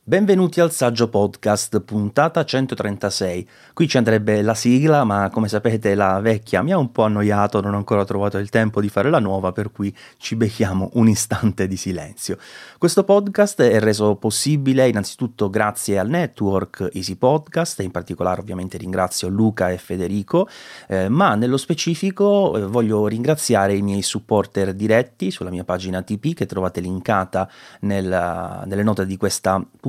Benvenuti al Saggio Podcast, puntata 136. Qui ci andrebbe la sigla, ma come sapete la vecchia mi ha un po' annoiato, non ho ancora trovato il tempo di fare la nuova, per cui ci becchiamo un istante di silenzio. Questo podcast è reso possibile innanzitutto grazie al network Easy Podcast, e in particolare ovviamente ringrazio Luca e Federico, ma nello specifico voglio ringraziare i miei supporter diretti sulla mia pagina TP che trovate linkata nelle note di questa puntata,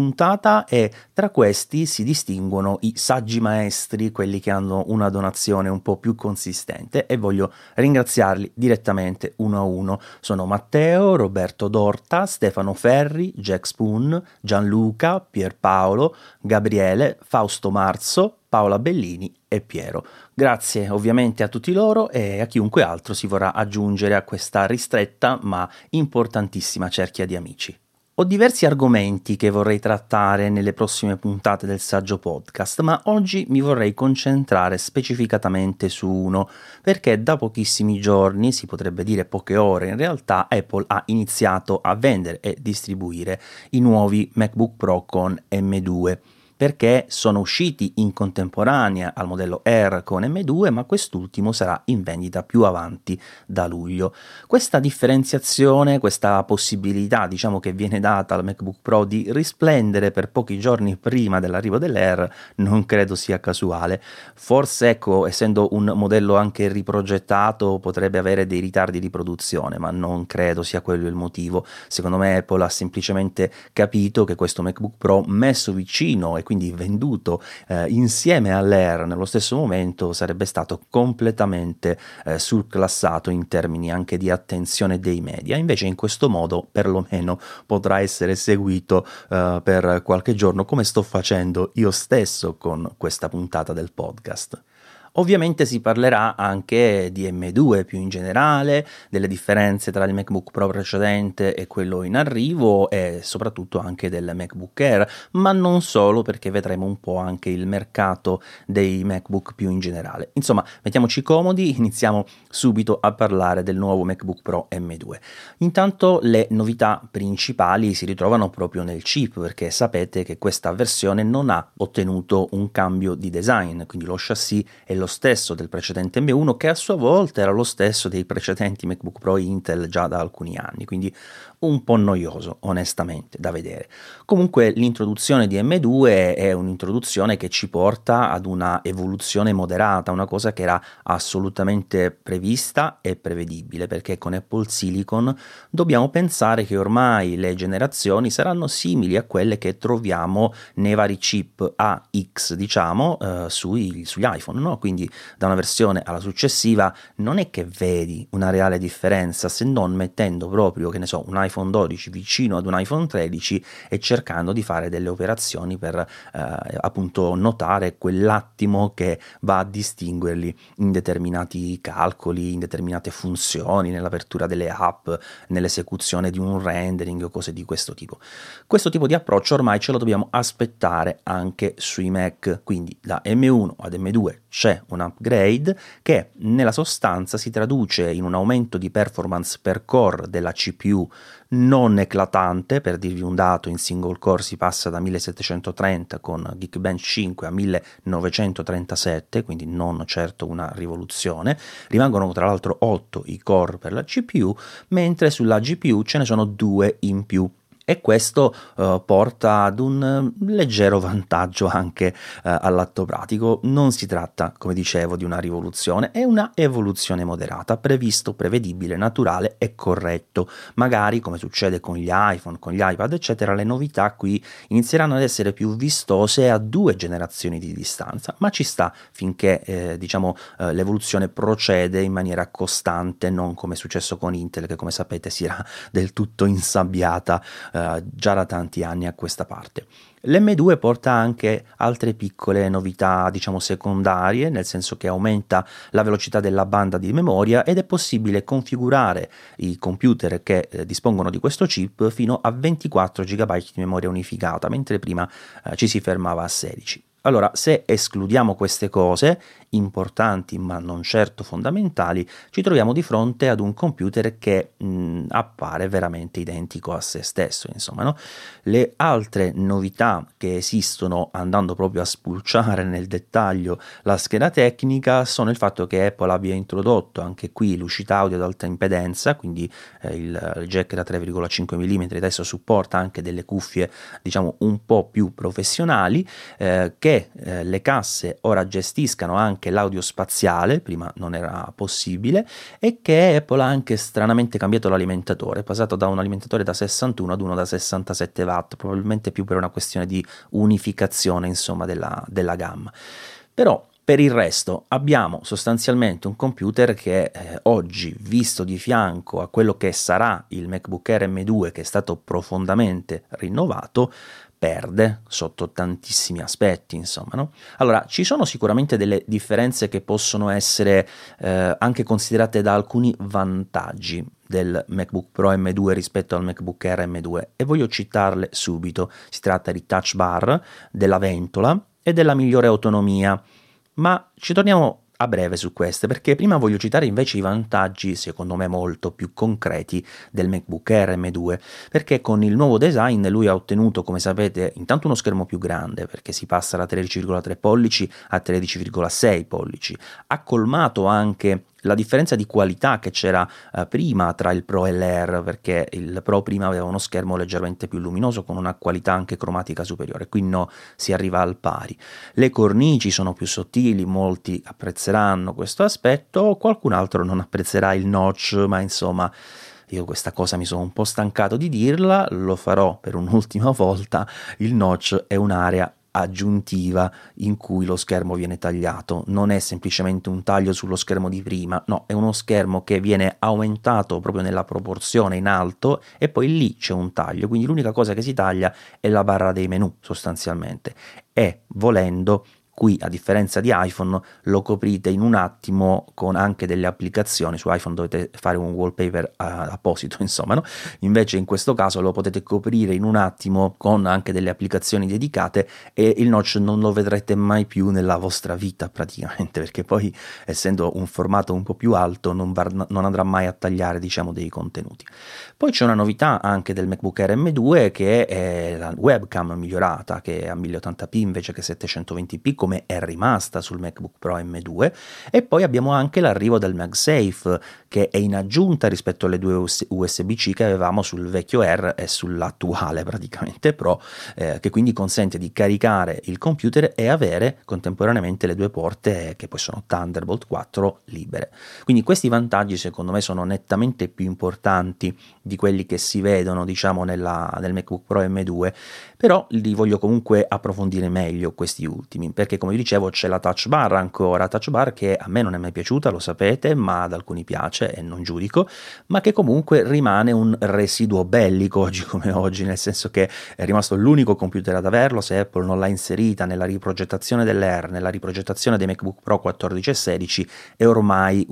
e tra questi si distinguono i saggi maestri, quelli che hanno una donazione un po' più consistente, e voglio ringraziarli direttamente uno a uno. Sono Matteo, Roberto Dorta, Stefano Ferri, Jack Spoon, Gianluca, Pierpaolo, Gabriele, Fausto Marzo, Paola Bellini e Piero. Grazie ovviamente a tutti loro e a chiunque altro si vorrà aggiungere a questa ristretta ma importantissima cerchia di amici. Ho diversi argomenti che vorrei trattare nelle prossime puntate del Saggio Podcast, ma oggi mi vorrei concentrare specificatamente su uno, perché da pochissimi giorni, si potrebbe dire poche ore in realtà, Apple ha iniziato a vendere e distribuire i nuovi MacBook Pro con M2. Perché sono usciti in contemporanea al modello Air con M2, ma quest'ultimo sarà in vendita più avanti da luglio. Questa differenziazione, questa possibilità, diciamo, che viene data al MacBook Pro di risplendere per pochi giorni prima dell'arrivo dell'Air, non credo sia casuale. Forse, ecco, essendo un modello anche riprogettato, potrebbe avere dei ritardi di produzione, ma non credo sia quello il motivo. Secondo me Apple ha semplicemente capito che questo MacBook Pro messo vicino e quindi venduto insieme all'Air nello stesso momento sarebbe stato completamente surclassato in termini anche di attenzione dei media. Invece in questo modo perlomeno potrà essere seguito per qualche giorno, come sto facendo io stesso con questa puntata del podcast. Ovviamente si parlerà anche di M2 più in generale, delle differenze tra il MacBook Pro precedente e quello in arrivo, e soprattutto anche del MacBook Air, ma non solo, perché vedremo un po' anche il mercato dei MacBook più in generale. Insomma, mettiamoci comodi, iniziamo subito a parlare del nuovo MacBook Pro M2. Intanto le novità principali si ritrovano proprio nel chip, perché sapete che questa versione non ha ottenuto un cambio di design, quindi lo chassis è lo stesso del precedente M1, che a sua volta era lo stesso dei precedenti MacBook Pro Intel già da alcuni anni, quindi un po' noioso onestamente da vedere. Comunque l'introduzione di M2 è un'introduzione che ci porta ad una evoluzione moderata, una cosa che era assolutamente prevista e prevedibile, perché con Apple Silicon dobbiamo pensare che ormai le generazioni saranno simili a quelle che troviamo nei vari chip AX, diciamo, sugli iPhone, no? Quindi da una versione alla successiva non è che vedi una reale differenza, se non mettendo proprio, che ne so, un iPhone 12 vicino ad un iPhone 13 e cercando di fare delle operazioni per appunto notare quell'attimo che va a distinguerli in determinati calcoli, in determinate funzioni, nell'apertura delle app, nell'esecuzione di un rendering o cose di questo tipo. Questo tipo di approccio ormai ce lo dobbiamo aspettare anche sui Mac, quindi da M1 ad M2 c'è un upgrade che nella sostanza si traduce in un aumento di performance per core della CPU non eclatante. Per dirvi un dato, in single core si passa da 1730 con Geekbench 5 a 1937, quindi non certo una rivoluzione. Rimangono tra l'altro 8 i core per la CPU, mentre sulla GPU ce ne sono 2 in più. E questo porta ad un leggero vantaggio anche all'atto pratico. Non si tratta, come dicevo, di una rivoluzione, è una evoluzione moderata, previsto, prevedibile, naturale e corretto. Magari, come succede con gli iPhone, con gli iPad, eccetera, le novità qui inizieranno ad essere più vistose a 2 generazioni di distanza, ma ci sta finché l'evoluzione procede in maniera costante, non come è successo con Intel, che come sapete si era del tutto insabbiata già da tanti anni a questa parte. L'M2 porta anche altre piccole novità, diciamo secondarie, nel senso che aumenta la velocità della banda di memoria ed è possibile configurare i computer che dispongono di questo chip fino a 24 GB di memoria unificata, mentre prima ci si fermava a 16. Allora, se escludiamo queste cose, importanti ma non certo fondamentali, ci troviamo di fronte ad un computer che appare veramente identico a se stesso, insomma, no? Le altre novità che esistono, andando proprio a spulciare nel dettaglio la scheda tecnica, sono il fatto che Apple abbia introdotto anche qui l'uscita audio ad alta impedenza, quindi il jack da 3,5 mm adesso supporta anche delle cuffie, diciamo, un po' più professionali, che le casse ora gestiscano anche l'audio spaziale, prima non era possibile, e che Apple ha anche stranamente cambiato l'alimentatore, è passato da un alimentatore da 61 ad uno da 67 watt, probabilmente più per una questione di unificazione, insomma, della gamma. Però per il resto abbiamo sostanzialmente un computer che oggi, visto di fianco a quello che sarà il MacBook Air M2, che è stato profondamente rinnovato, perde sotto tantissimi aspetti, insomma, no? Allora, ci sono sicuramente delle differenze che possono essere anche considerate da alcuni vantaggi del MacBook Pro M2 rispetto al MacBook Air M2 e voglio citarle subito. Si tratta di Touch Bar, della ventola e della migliore autonomia, ma ci torniamo a breve su queste, perché prima voglio citare invece i vantaggi, secondo me molto più concreti, del MacBook Air M2, perché con il nuovo design lui ha ottenuto, come sapete, intanto uno schermo più grande, perché si passa da 13,3 pollici a 13,6 pollici, ha colmato anche la differenza di qualità che c'era prima tra il Pro e l'Air, perché il Pro prima aveva uno schermo leggermente più luminoso con una qualità anche cromatica superiore, qui no, si arriva al pari. Le cornici sono più sottili, molti apprezzeranno questo aspetto, qualcun altro non apprezzerà il notch, ma insomma io questa cosa mi sono un po' stancato di dirla, lo farò per un'ultima volta. Il notch è un'area aggiuntiva in cui lo schermo viene tagliato, non è semplicemente un taglio sullo schermo di prima, no, è uno schermo che viene aumentato proprio nella proporzione in alto e poi lì c'è un taglio, quindi l'unica cosa che si taglia è la barra dei menu sostanzialmente, e volendo qui, a differenza di iPhone, lo coprite in un attimo con anche delle applicazioni. Su iPhone dovete fare un wallpaper apposito, insomma, no? Invece in questo caso lo potete coprire in un attimo con anche delle applicazioni dedicate e il notch non lo vedrete mai più nella vostra vita praticamente, perché poi, essendo un formato un po' più alto, non andrà mai a tagliare, diciamo, dei contenuti. Poi c'è una novità anche del MacBook Air M2, che è la webcam migliorata, che è a 1080p invece che 720p, come è rimasta sul MacBook Pro M2, e poi abbiamo anche l'arrivo del MagSafe, che è in aggiunta rispetto alle due USB-C che avevamo sul vecchio Air e sull'attuale praticamente Pro, che quindi consente di caricare il computer e avere contemporaneamente le due porte che poi sono Thunderbolt 4 libere. Quindi questi vantaggi secondo me sono nettamente più importanti di quelli che si vedono, diciamo, nel MacBook Pro M2, però li voglio comunque approfondire meglio questi ultimi, perché come vi dicevo c'è la touch bar ancora, touch bar che a me non è mai piaciuta, lo sapete, ma ad alcuni piace e non giudico, ma che comunque rimane un residuo bellico oggi come oggi, nel senso che è rimasto l'unico computer ad averlo, se Apple non l'ha inserita nella riprogettazione dell'Air, nella riprogettazione dei MacBook Pro 14 e 16, è ormai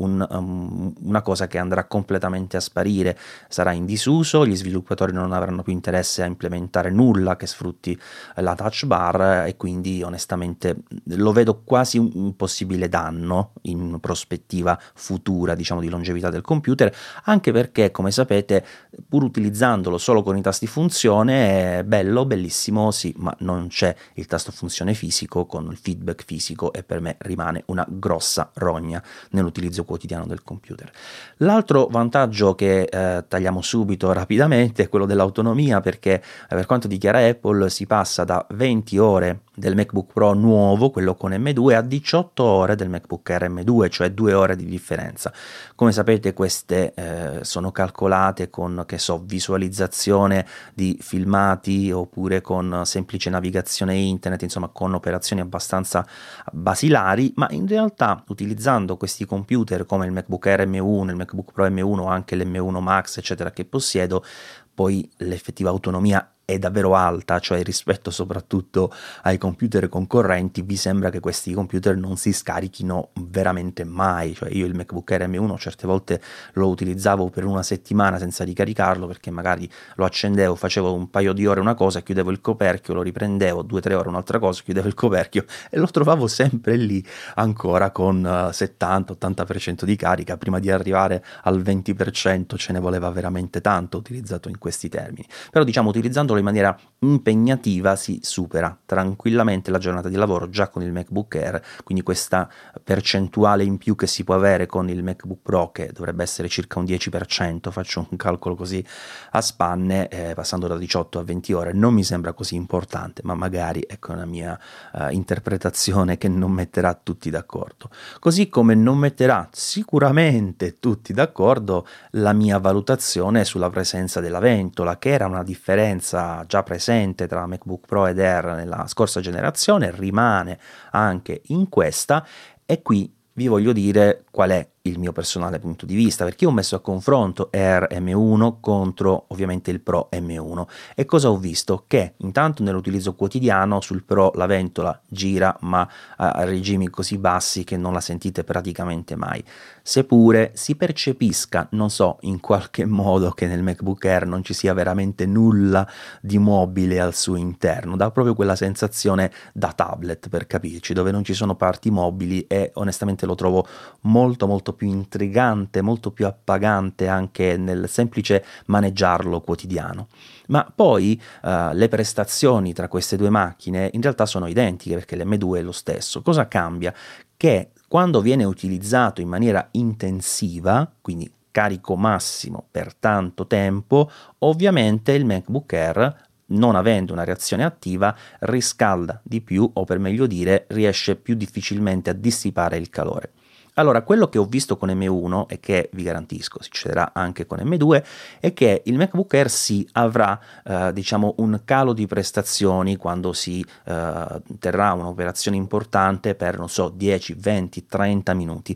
una cosa che andrà completamente a sparire, sarà in disuso, gli sviluppatori non avranno più interesse a implementare nulla che sfrutti la touch bar e quindi onestamente lo vedo quasi un possibile danno in prospettiva futura, diciamo, di longevità del computer, anche perché, come sapete, pur utilizzandolo solo con i tasti funzione è bello, bellissimo, sì, ma non c'è il tasto funzione fisico con il feedback fisico e per me rimane una grossa rogna nell'utilizzo quotidiano del computer. L'altro vantaggio che tagliamo subito rapidamente è quello dell'autonomia, perché per quanto dichiara Apple si passa da 20 ore del MacBook Pro nuovo, quello con M2, a 18 ore del MacBook Air M2, cioè 2 ore di differenza. Come sapete queste sono calcolate con, che so, visualizzazione di filmati oppure con semplice navigazione internet, insomma con operazioni abbastanza basilari, ma in realtà utilizzando questi computer come il MacBook Air M1, il MacBook Pro M1 o anche l'M1 Max eccetera che possiedo, poi l'effettiva autonomia è davvero alta, cioè rispetto soprattutto ai computer concorrenti, vi sembra che questi computer non si scarichino veramente mai. Cioè io il MacBook Air M1 certe volte lo utilizzavo per una settimana senza ricaricarlo, perché magari lo accendevo, facevo un paio di ore una cosa, chiudevo il coperchio, lo riprendevo 2-3 ore un'altra cosa, chiudevo il coperchio e lo trovavo sempre lì ancora con 70-80% di carica. Prima di arrivare al 20% ce ne voleva veramente tanto, utilizzato in questi termini. Però diciamo, utilizzandolo in maniera impegnativa si supera tranquillamente la giornata di lavoro già con il MacBook Air, quindi questa percentuale in più che si può avere con il MacBook Pro, che dovrebbe essere circa un 10%, faccio un calcolo così a spanne, passando da 18 a 20 ore, non mi sembra così importante, ma magari ecco una mia interpretazione che non metterà tutti d'accordo. Così come non metterà sicuramente tutti d'accordo la mia valutazione sulla presenza della ventola, che era una differenza già presente tra MacBook Pro ed Air nella scorsa generazione, rimane anche in questa, e qui vi voglio dire qual è il mio personale punto di vista, perché io ho messo a confronto Air M1 contro ovviamente il Pro M1 e cosa ho visto? Che intanto nell'utilizzo quotidiano sul Pro la ventola gira, ma a regimi così bassi che non la sentite praticamente mai, seppure si percepisca, non so, in qualche modo che nel MacBook Air non ci sia veramente nulla di mobile al suo interno, dà proprio quella sensazione da tablet, per capirci, dove non ci sono parti mobili, e onestamente lo trovo molto più intrigante, molto più appagante anche nel semplice maneggiarlo quotidiano. Ma poi le prestazioni tra queste due macchine in realtà sono identiche, perché l'M2 è lo stesso. Cosa cambia? Che quando viene utilizzato in maniera intensiva, quindi carico massimo per tanto tempo, ovviamente il MacBook Air, non avendo una reazione attiva, riscalda di più, o per meglio dire riesce più difficilmente a dissipare il calore. Allora, quello che ho visto con M1 e che vi garantisco succederà anche con M2 è che il MacBook Air sì avrà diciamo un calo di prestazioni quando si terrà un'operazione importante per, non so, 10, 20, 30 minuti.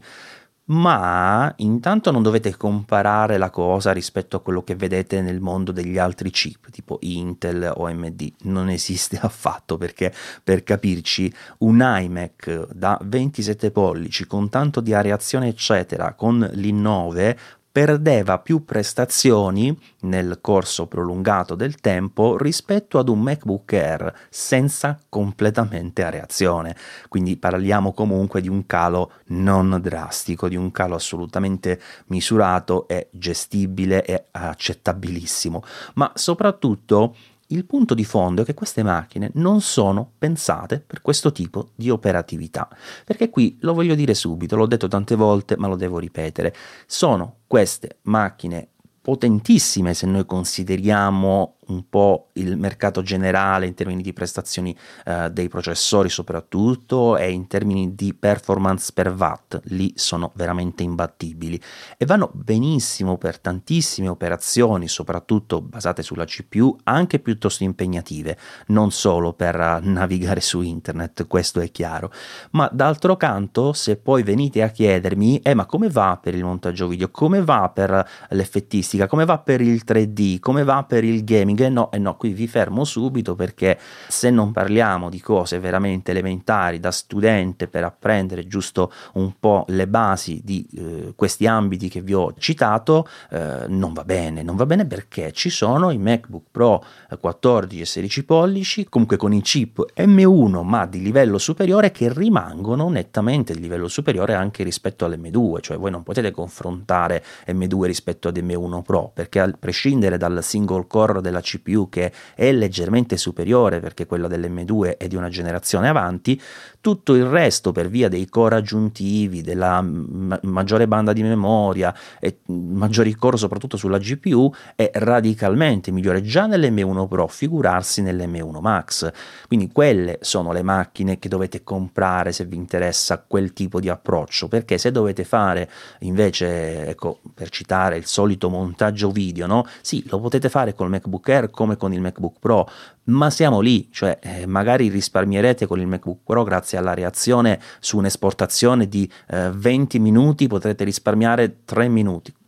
Ma intanto non dovete comparare la cosa rispetto a quello che vedete nel mondo degli altri chip tipo Intel o AMD, non esiste affatto, perché per capirci un iMac da 27 pollici con tanto di areazione eccetera con l'i9 perdeva più prestazioni nel corso prolungato del tempo rispetto ad un MacBook Air senza completamente areazione. Quindi parliamo comunque di un calo non drastico, di un calo assolutamente misurato e gestibile e accettabilissimo. Ma soprattutto il punto di fondo è che queste macchine non sono pensate per questo tipo di operatività, perché qui lo voglio dire subito, l'ho detto tante volte ma lo devo ripetere, sono queste macchine potentissime se noi consideriamo un po' il mercato generale in termini di prestazioni dei processori soprattutto, e in termini di performance per watt, lì sono veramente imbattibili e vanno benissimo per tantissime operazioni, soprattutto basate sulla CPU, anche piuttosto impegnative, non solo per navigare su internet, questo è chiaro. Ma d'altro canto, se poi venite a chiedermi ma come va per il montaggio video, come va per l'effettistica, come va per il 3D, come va per il gaming, no, qui vi fermo subito, perché se non parliamo di cose veramente elementari da studente per apprendere giusto un po' le basi di questi ambiti che vi ho citato, non va bene perché ci sono i MacBook Pro 14 e 16 pollici, comunque con i chip M1 ma di livello superiore, che rimangono nettamente di livello superiore anche rispetto all'M2, cioè voi non potete confrontare M2 rispetto ad M1 Pro, perché a prescindere dal single core della CPU che è leggermente superiore perché quella dell'M2 è di una generazione avanti, tutto il resto per via dei core aggiuntivi, della maggiore banda di memoria e maggiori core soprattutto sulla GPU è radicalmente migliore già nell'M1 Pro, figurarsi nell'M1 Max. Quindi quelle sono le macchine che dovete comprare se vi interessa quel tipo di approccio, perché se dovete fare invece, ecco, per citare il solito montaggio video, no? Sì, lo potete fare col MacBook Air come con il MacBook Pro, ma siamo lì, cioè magari risparmierete con il MacBook Pro grazie alla reazione su un'esportazione di 20 minuti, potrete risparmiare 3 minuti.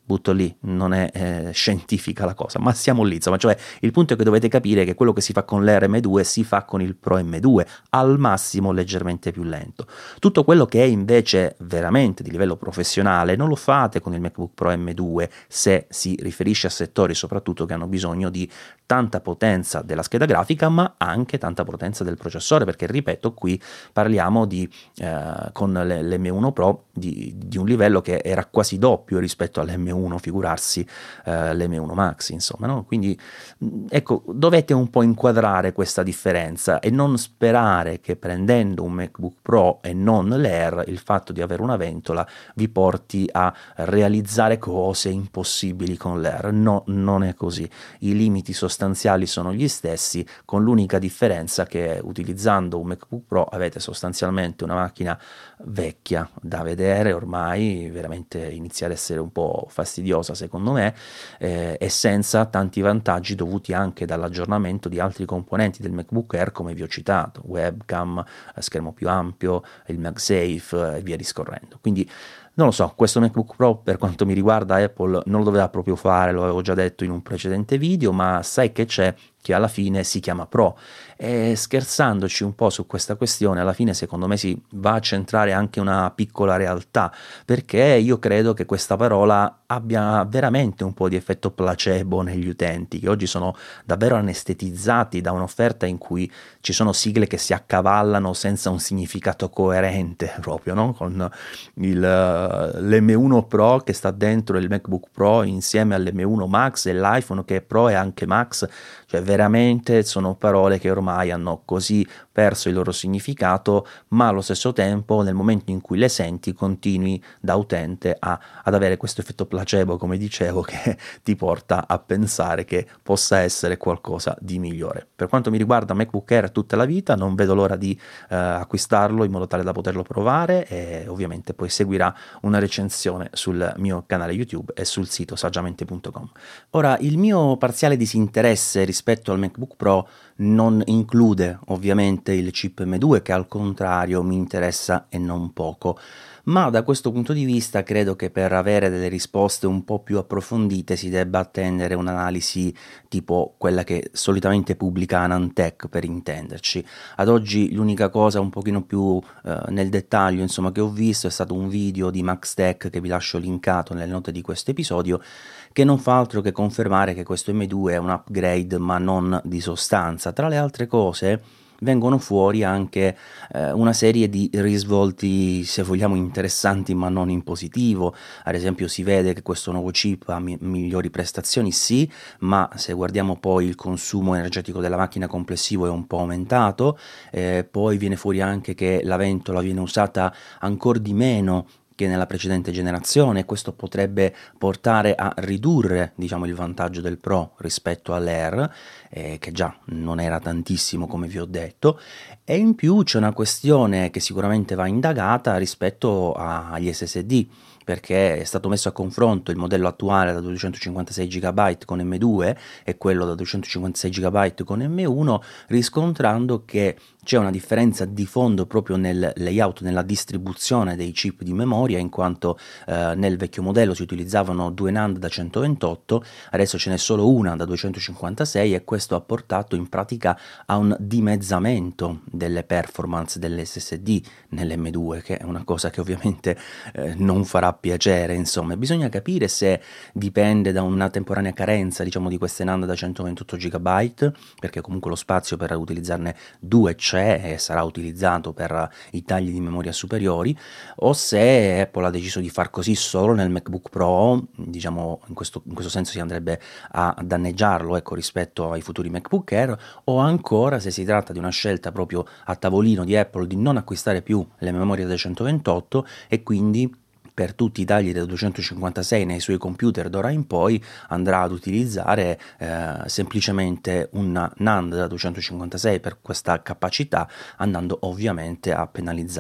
butto lì, non è scientifica la cosa, ma siamo lì, insomma, cioè il punto è che dovete capire che quello che si fa con l'Air M2 si fa con il Pro M2, al massimo leggermente più lento. Tutto quello che è invece veramente di livello professionale non lo fate con il MacBook Pro M2 se si riferisce a settori soprattutto che hanno bisogno di tanta potenza della scheda grafica, ma anche tanta potenza del processore, perché ripeto, qui parliamo con l'M1 Pro di un livello che era quasi doppio rispetto all'M1, figurarsi l'M1 Max, insomma, no? Quindi ecco, dovete un po' inquadrare questa differenza e non sperare che prendendo un MacBook Pro e non l'Air, il fatto di avere una ventola vi porti a realizzare cose impossibili con l'Air. No, non è così. I limiti sostanziali sono gli stessi, con l'unica differenza che utilizzando un MacBook Pro avete sostanzialmente una macchina vecchia da vedere, ormai veramente inizia ad essere un po' fastidiosa secondo me, e senza tanti vantaggi dovuti anche dall'aggiornamento di altri componenti del MacBook Air, come vi ho citato, webcam, schermo più ampio, il MagSafe e via discorrendo. Quindi non lo so, questo MacBook Pro per quanto mi riguarda Apple non lo doveva proprio fare, lo avevo già detto in un precedente video, ma sai che c'è? Che alla fine si chiama Pro, e scherzandoci un po' su questa questione, alla fine secondo me si va a centrare anche una piccola realtà, perché io credo che questa parola abbia veramente un po' di effetto placebo negli utenti, che oggi sono davvero anestetizzati da un'offerta in cui ci sono sigle che si accavallano senza un significato coerente proprio, no? Con l'M1 Pro che sta dentro il MacBook Pro insieme all'M1 Max e l'iPhone che è Pro e anche Max, cioè veramente sono parole che ormai hanno così perso il loro significato, ma allo stesso tempo nel momento in cui le senti continui da utente ad avere questo effetto placebo, come dicevo, che ti porta a pensare che possa essere qualcosa di migliore. Per quanto mi riguarda MacBook Air tutta la vita, non vedo l'ora di acquistarlo in modo tale da poterlo provare, e ovviamente poi seguirà una recensione sul mio canale YouTube e sul sito saggiamente.com. Ora, il mio parziale disinteresse rispetto al MacBook Pro non include ovviamente il chip M2, che al contrario mi interessa e non poco, ma da questo punto di vista credo che per avere delle risposte un po' più approfondite si debba attendere un'analisi tipo quella che solitamente pubblica Anantech, per intenderci. Ad oggi l'unica cosa un pochino più nel dettaglio, insomma, che ho visto è stato un video di MaxTech che vi lascio linkato nelle note di questo episodio, che non fa altro che confermare che questo M2 è un upgrade ma non di sostanza. Tra le altre cose vengono fuori anche una serie di risvolti, se vogliamo, interessanti ma non in positivo. Ad esempio si vede che questo nuovo chip ha migliori prestazioni, sì, ma se guardiamo poi il consumo energetico della macchina complessivo è un po' aumentato, poi viene fuori anche che la ventola viene usata ancora di meno che nella precedente generazione, e questo potrebbe portare a ridurre, diciamo, il vantaggio del Pro rispetto all'Air, che già non era tantissimo come vi ho detto, e in più c'è una questione che sicuramente va indagata rispetto agli SSD, perché è stato messo a confronto il modello attuale da 256 GB con M2 e quello da 256 GB con M1, riscontrando che c'è una differenza di fondo proprio nel layout, nella distribuzione dei chip di memoria, in quanto nel vecchio modello si utilizzavano due NAND da 128, adesso ce n'è solo una da 256, e questo ha portato in pratica a un dimezzamento delle performance dell'SSD nell'M2, che è una cosa che ovviamente non farà piacere. Insomma, bisogna capire se dipende da una temporanea carenza, diciamo, di queste NAND da 128 GB, perché comunque lo spazio per utilizzarne due c'è e sarà utilizzato per i tagli di memoria superiori, o se Apple ha deciso di far così solo nel MacBook Pro, diciamo, in questo senso si andrebbe a danneggiarlo, ecco, rispetto ai futuri MacBook Air, o ancora se si tratta di una scelta proprio a tavolino di Apple di non acquistare più le memorie da 128 e quindi per tutti i tagli da 256 nei suoi computer d'ora in poi andrà ad utilizzare semplicemente una NAND da 256 per questa capacità, andando ovviamente a penalizzare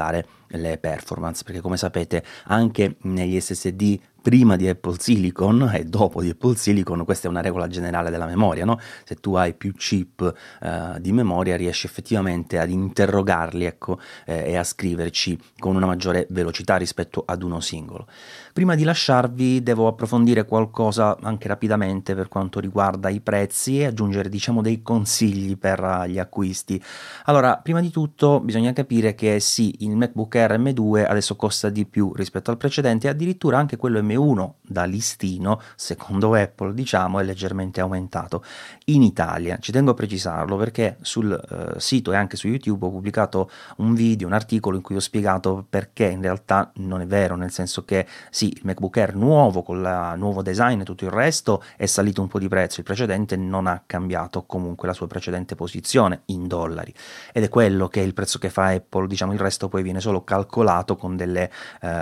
le performance, perché come sapete anche negli SSD prima di Apple Silicon e dopo di Apple Silicon, questa è una regola generale della memoria, no? Se tu hai più chip di memoria riesci effettivamente ad interrogarli, ecco, e a scriverci con una maggiore velocità rispetto ad uno singolo. Prima di lasciarvi devo approfondire qualcosa anche rapidamente per quanto riguarda i prezzi e aggiungere diciamo dei consigli per gli acquisti. Allora, prima di tutto bisogna capire che sì, il MacBook Air M2 adesso costa di più rispetto al precedente e addirittura anche quello M1 da listino, secondo Apple diciamo, è leggermente aumentato. In Italia, ci tengo a precisarlo perché sul sito e anche su YouTube ho pubblicato un video, un articolo in cui ho spiegato perché in realtà non è vero, nel senso che sì, il MacBook Air nuovo con il nuovo design e tutto il resto è salito un po' di prezzo, il precedente non ha cambiato comunque la sua precedente posizione in dollari ed è quello che è il prezzo che fa Apple, diciamo il resto poi viene solo calcolato con delle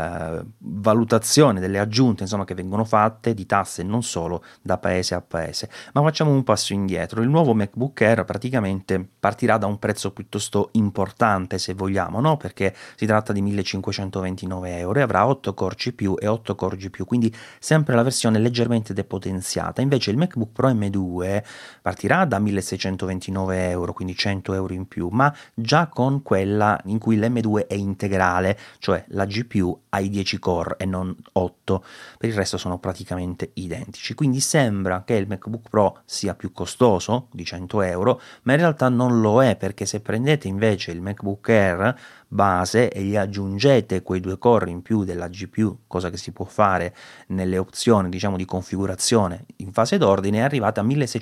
valutazioni, delle aggiunte insomma che vengono fatte di tasse non solo da paese a paese. Ma facciamo un passo indietro, il nuovo MacBook Air praticamente partirà da un prezzo piuttosto importante se vogliamo, no? Perché si tratta di 1529 euro e avrà 8 core CPU e 8 core GPU, quindi sempre la versione leggermente depotenziata. Invece il MacBook Pro M2 partirà da 1629 euro, quindi 100 euro in più, ma già con quella in cui l'M2 è integrale, cioè la GPU ha i 10 core e non 8, per il resto sono praticamente identici. Quindi sembra che il MacBook Pro sia più costoso di 100 euro, ma in realtà non lo è, perché se prendete invece il MacBook Air base e gli aggiungete quei 2 core in più della GPU, cosa che si può fare nelle opzioni diciamo di configurazione in fase d'ordine, è arrivata a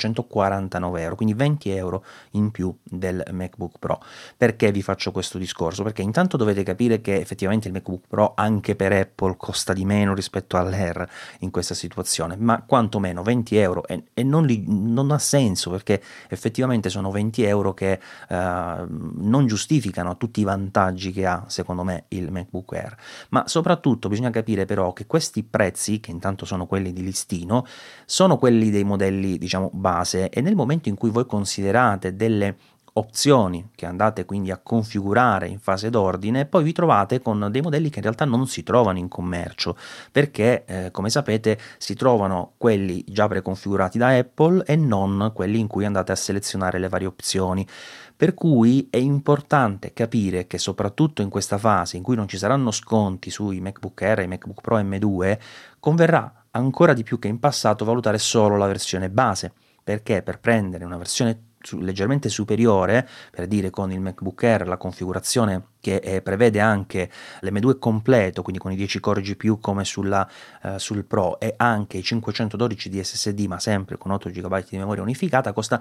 1649 euro, quindi 20 euro in più del MacBook Pro. Perché vi faccio questo discorso? Perché intanto dovete capire che effettivamente il MacBook Pro anche per Apple costa di meno rispetto all'Air in questa situazione, ma quantomeno 20 euro e non ha senso, perché effettivamente sono 20 euro che non giustificano tutti i vantaggi che ha secondo me il MacBook Air. Ma soprattutto bisogna capire però che questi prezzi, che intanto sono quelli di listino, sono quelli dei modelli diciamo base, e nel momento in cui voi considerate delle opzioni che andate quindi a configurare in fase d'ordine, poi vi trovate con dei modelli che in realtà non si trovano in commercio, perché come sapete si trovano quelli già preconfigurati da Apple e non quelli in cui andate a selezionare le varie opzioni. Per cui è importante capire che soprattutto in questa fase in cui non ci saranno sconti sui MacBook Air e i MacBook Pro M2, converrà ancora di più che in passato valutare solo la versione base, perché per prendere una versione leggermente superiore, per dire con il MacBook Air la configurazione che prevede anche l'M2 completo, quindi con i 10 core GPU come sul Pro e anche i 512 di SSD, ma sempre con 8 GB di memoria unificata, costa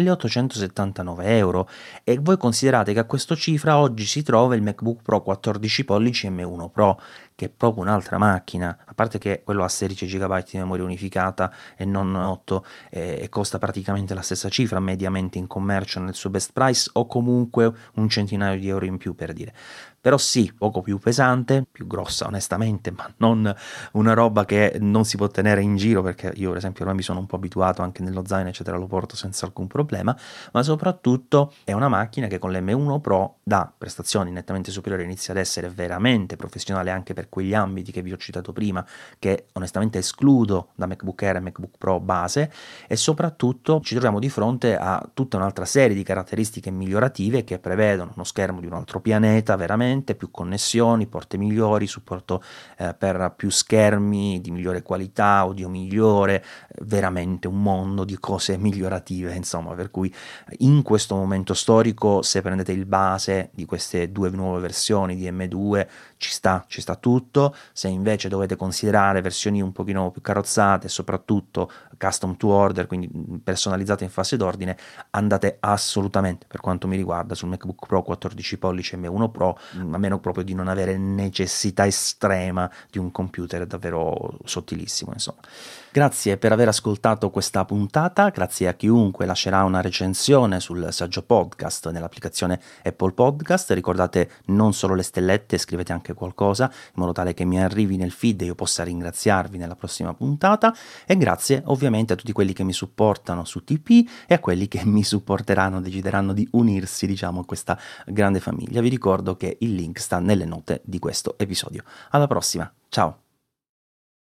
1879 euro. E voi considerate che a questa cifra oggi si trova il MacBook Pro 14 pollici M1 Pro, che è proprio un'altra macchina, a parte che quello ha 16 GB di memoria unificata e non 8, e costa praticamente la stessa cifra mediamente in commercio nel suo best price, o comunque un centinaio di euro in più, per dire. Però sì, poco più pesante, più grossa onestamente, ma non una roba che non si può tenere in giro, perché io per esempio ormai mi sono un po' abituato, anche nello zaino eccetera lo porto senza alcun problema, ma soprattutto è una macchina che con l'M1 Pro dà prestazioni nettamente superiori, inizia ad essere veramente professionale anche per quegli ambiti che vi ho citato prima, che onestamente escludo da MacBook Air e MacBook Pro base, e soprattutto ci troviamo di fronte a tutta un'altra serie di caratteristiche migliorative che prevedono uno schermo di un altro pianeta, veramente più connessioni, porte migliori, supporto per più schermi di migliore qualità, audio migliore, veramente un mondo di cose migliorative, insomma, per cui in questo momento storico, se prendete il base di queste due nuove versioni di M2 ci sta tutto. Se invece dovete considerare versioni un pochino più carrozzate e soprattutto custom to order, quindi personalizzate in fase d'ordine, andate assolutamente, per quanto mi riguarda, sul MacBook Pro 14 pollici M1 Pro, a meno proprio di non avere necessità estrema di un computer davvero sottilissimo, insomma. Grazie per aver ascoltato questa puntata, grazie a chiunque lascerà una recensione sul Saggio Podcast nell'applicazione Apple Podcast. Ricordate non solo le stellette, scrivete anche qualcosa in modo tale che mi arrivi nel feed e io possa ringraziarvi nella prossima puntata. E grazie ovviamente a tutti quelli che mi supportano su TP e a quelli che mi supporteranno, decideranno di unirsi, diciamo, a questa grande famiglia. Vi ricordo che il link sta nelle note di questo episodio. Alla prossima, ciao!